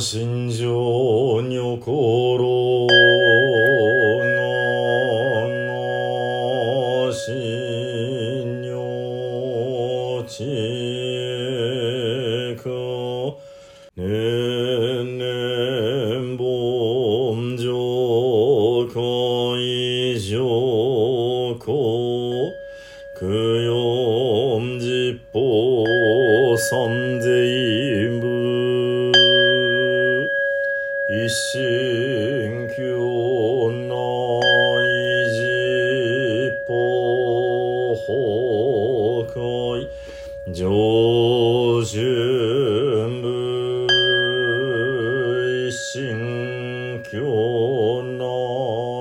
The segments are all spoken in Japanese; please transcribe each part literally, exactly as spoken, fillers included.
心情女心の心女知恵か年々凡上海上公供養実法三千部一心教内実法法会上旬部一心教内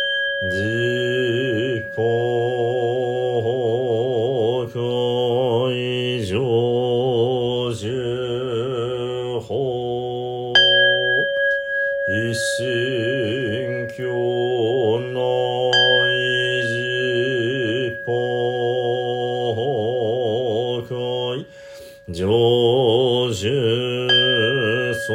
実法会上旬法一心教内実法会上旬相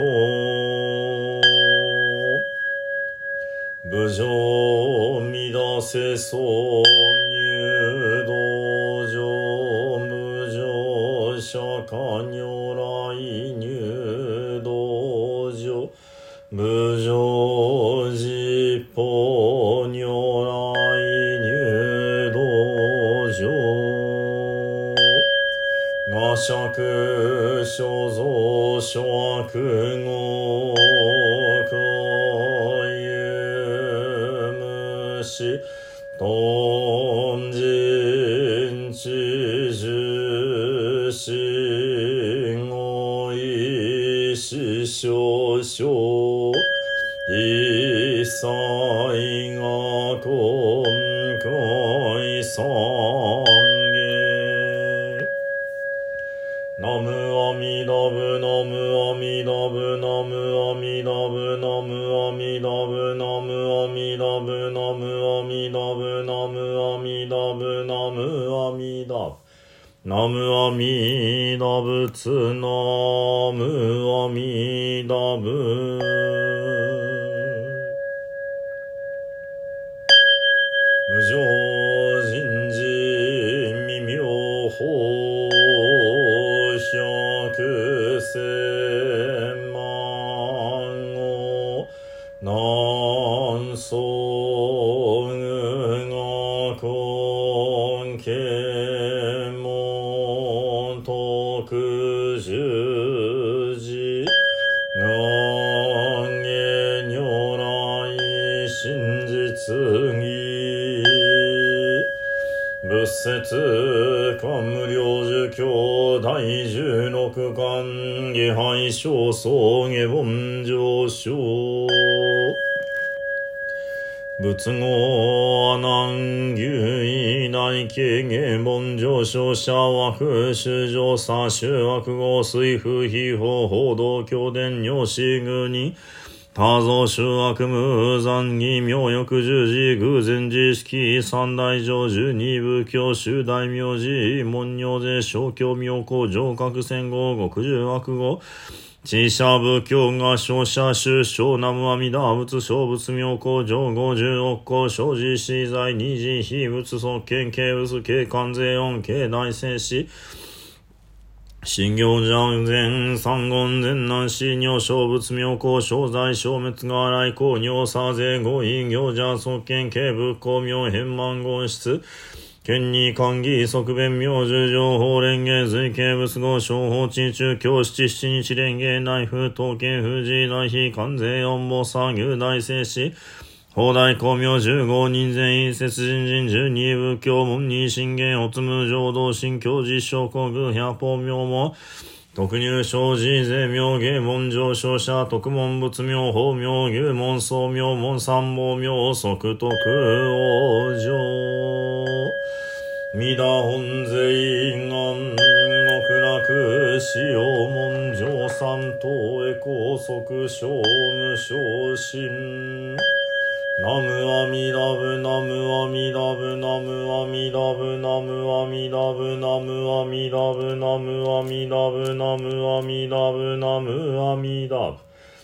無常乱せそう入道場無常釈迦如来入道場無常実法如来入道場我釈所蔵諸悪語頓人知受心語意思少々一切が今回三下ナムアミダブナムアミダブナムアミダブナムアミダブナムアミダブナムアミダブナムアミダブナムアミダブナムアミダブツナムアミダブ無常人事未妙法百千万語南宋が根家門特十字願下如来真実義仏説官無量寿経第十六巻下拝正僧下凡上昇仏語阿難牛医大経下凡上昇者枠主上左衆悪語水風秘法報道経典尿子具に多造衆悪無残義妙欲十字偶然自式三大乗十二部教衆大名寺門尿税小教妙高上角戦後極十悪語知者仏教が勝者衆小南無阿弥陀仏小仏妙高上五十億個生じ死罪二次非仏即見軽仏軽関税音軽大聖子信行者前三言前南死尿小仏妙高小罪消滅が来公尿差税合意行者即見軽仏公妙変満言質権に官議即弁明十情報連芸随形仏語小法地中教七七日連芸内府統計富士大非関税音母作牛大聖子法大公明十五人全員節人人十二仏教門に信玄おつむ浄土信教実証国具百法明も特入生寺税明芸門上昇者特門仏明法明牛門宗明門三宝明即徳往生弥陀本税願極楽使用門上三等へ高速小無昇進ナムアミダブナムアミダブナムアミダブナムアミダブナムアミダブナムアミダブナムアミダブナムアミダブ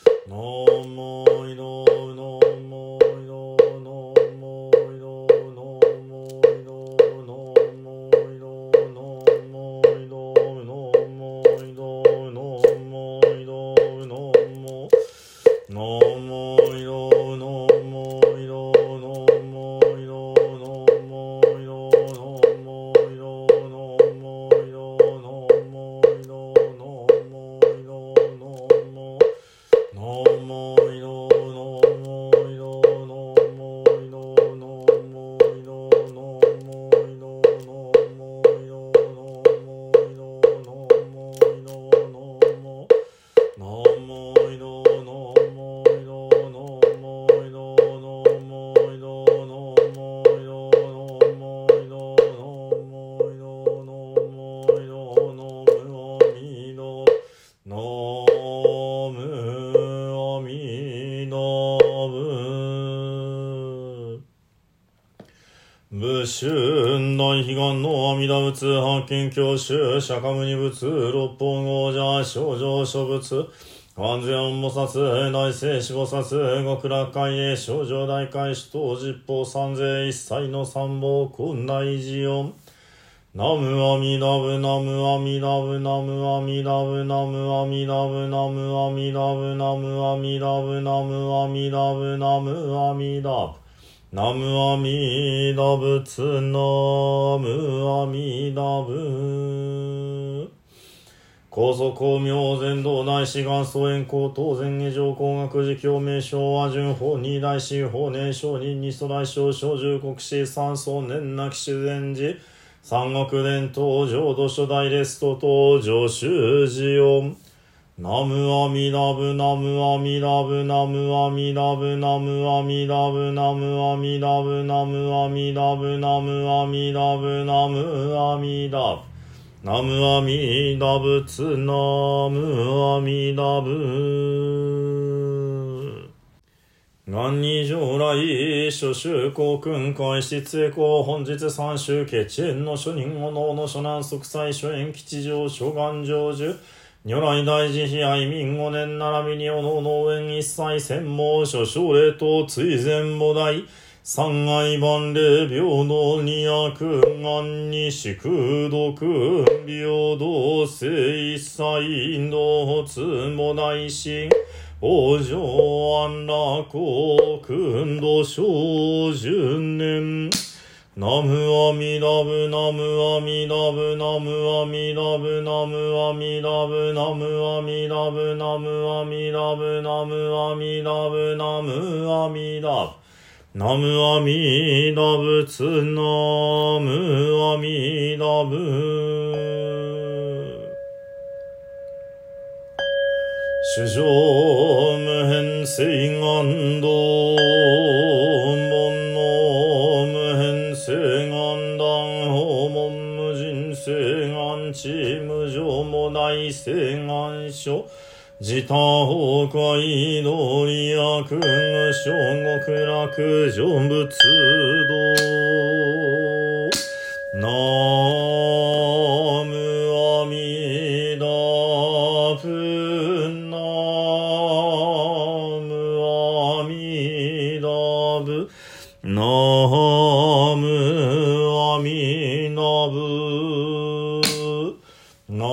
武春大悲願の阿弥陀仏発見教習釈迦牟尼仏六本王者少女諸仏観世音菩薩大聖子菩薩極楽海へ少女大海首都十方三世一切の三宝根大寺音ナムアミダブナムアミダブナムアミダブナムアミダブナムアミダブナムアミダブナムアミダブナムアミダブナムアミダ仏ナムアミダブ高祖光明禅道大師元祖円光東禅下上工学寺教名称和順法二大師法年上人二祖大将小十国師三宗年なき修禅寺三国伝統浄土初代レストと上州寺音ナムアミダブナムアミダブナムアミダブナムアミダブナムアミダブナムアミダブナムアミダブナムアミダブナムアミダブツナムアミダブ元二上来諸州公君会室へ公本日三州決縁の諸人お能の諸南即祭諸縁吉祥諸願成就如来大慈悲愛民五年並びにおのの縁一切専門諸奨励と追善母大三愛万礼平等二悪願に四苦毒平等性一切引導つ母大心往生安楽国君度小十年ナムアミダブナムアミダブナムアミダブナムアミダブナムアミダブナムアミダブナムアミダブナムアミダブナムアミダブツナムアミダブ主上無変性願道煩悩無変性願断訪問無人性願地無常も大性願書自他崩壊道理悪無小極楽成仏道ナムアミダブナムアミダブナムアミダブナ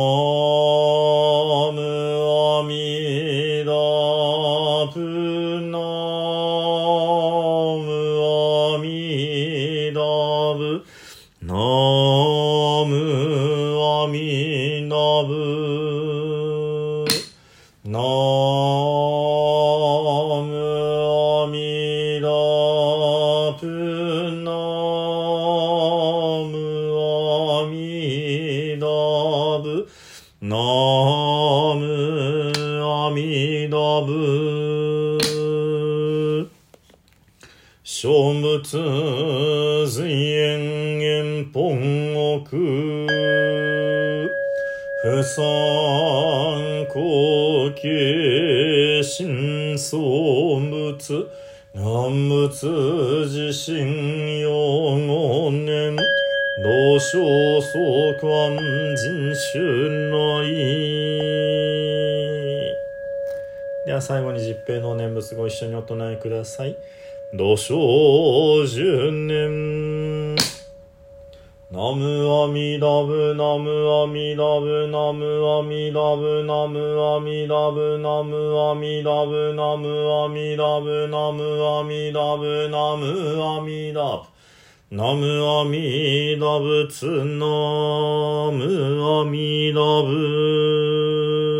ムアミダブナムアミダブナムア阿弥陀仏。ナムアミダプナムアミダブナムアミダブ書物随縁縁本奥不参考形心相仏南仏自身用五年同生相関人種内。では最後に十平の念仏ご一緒にお唱えください。同生十年ナムアミダブナムアミダブナムアミダブナムアミダブナムアミダブナムアミダブナムアミダブナムアミダブナムアミダブツナムアミダブ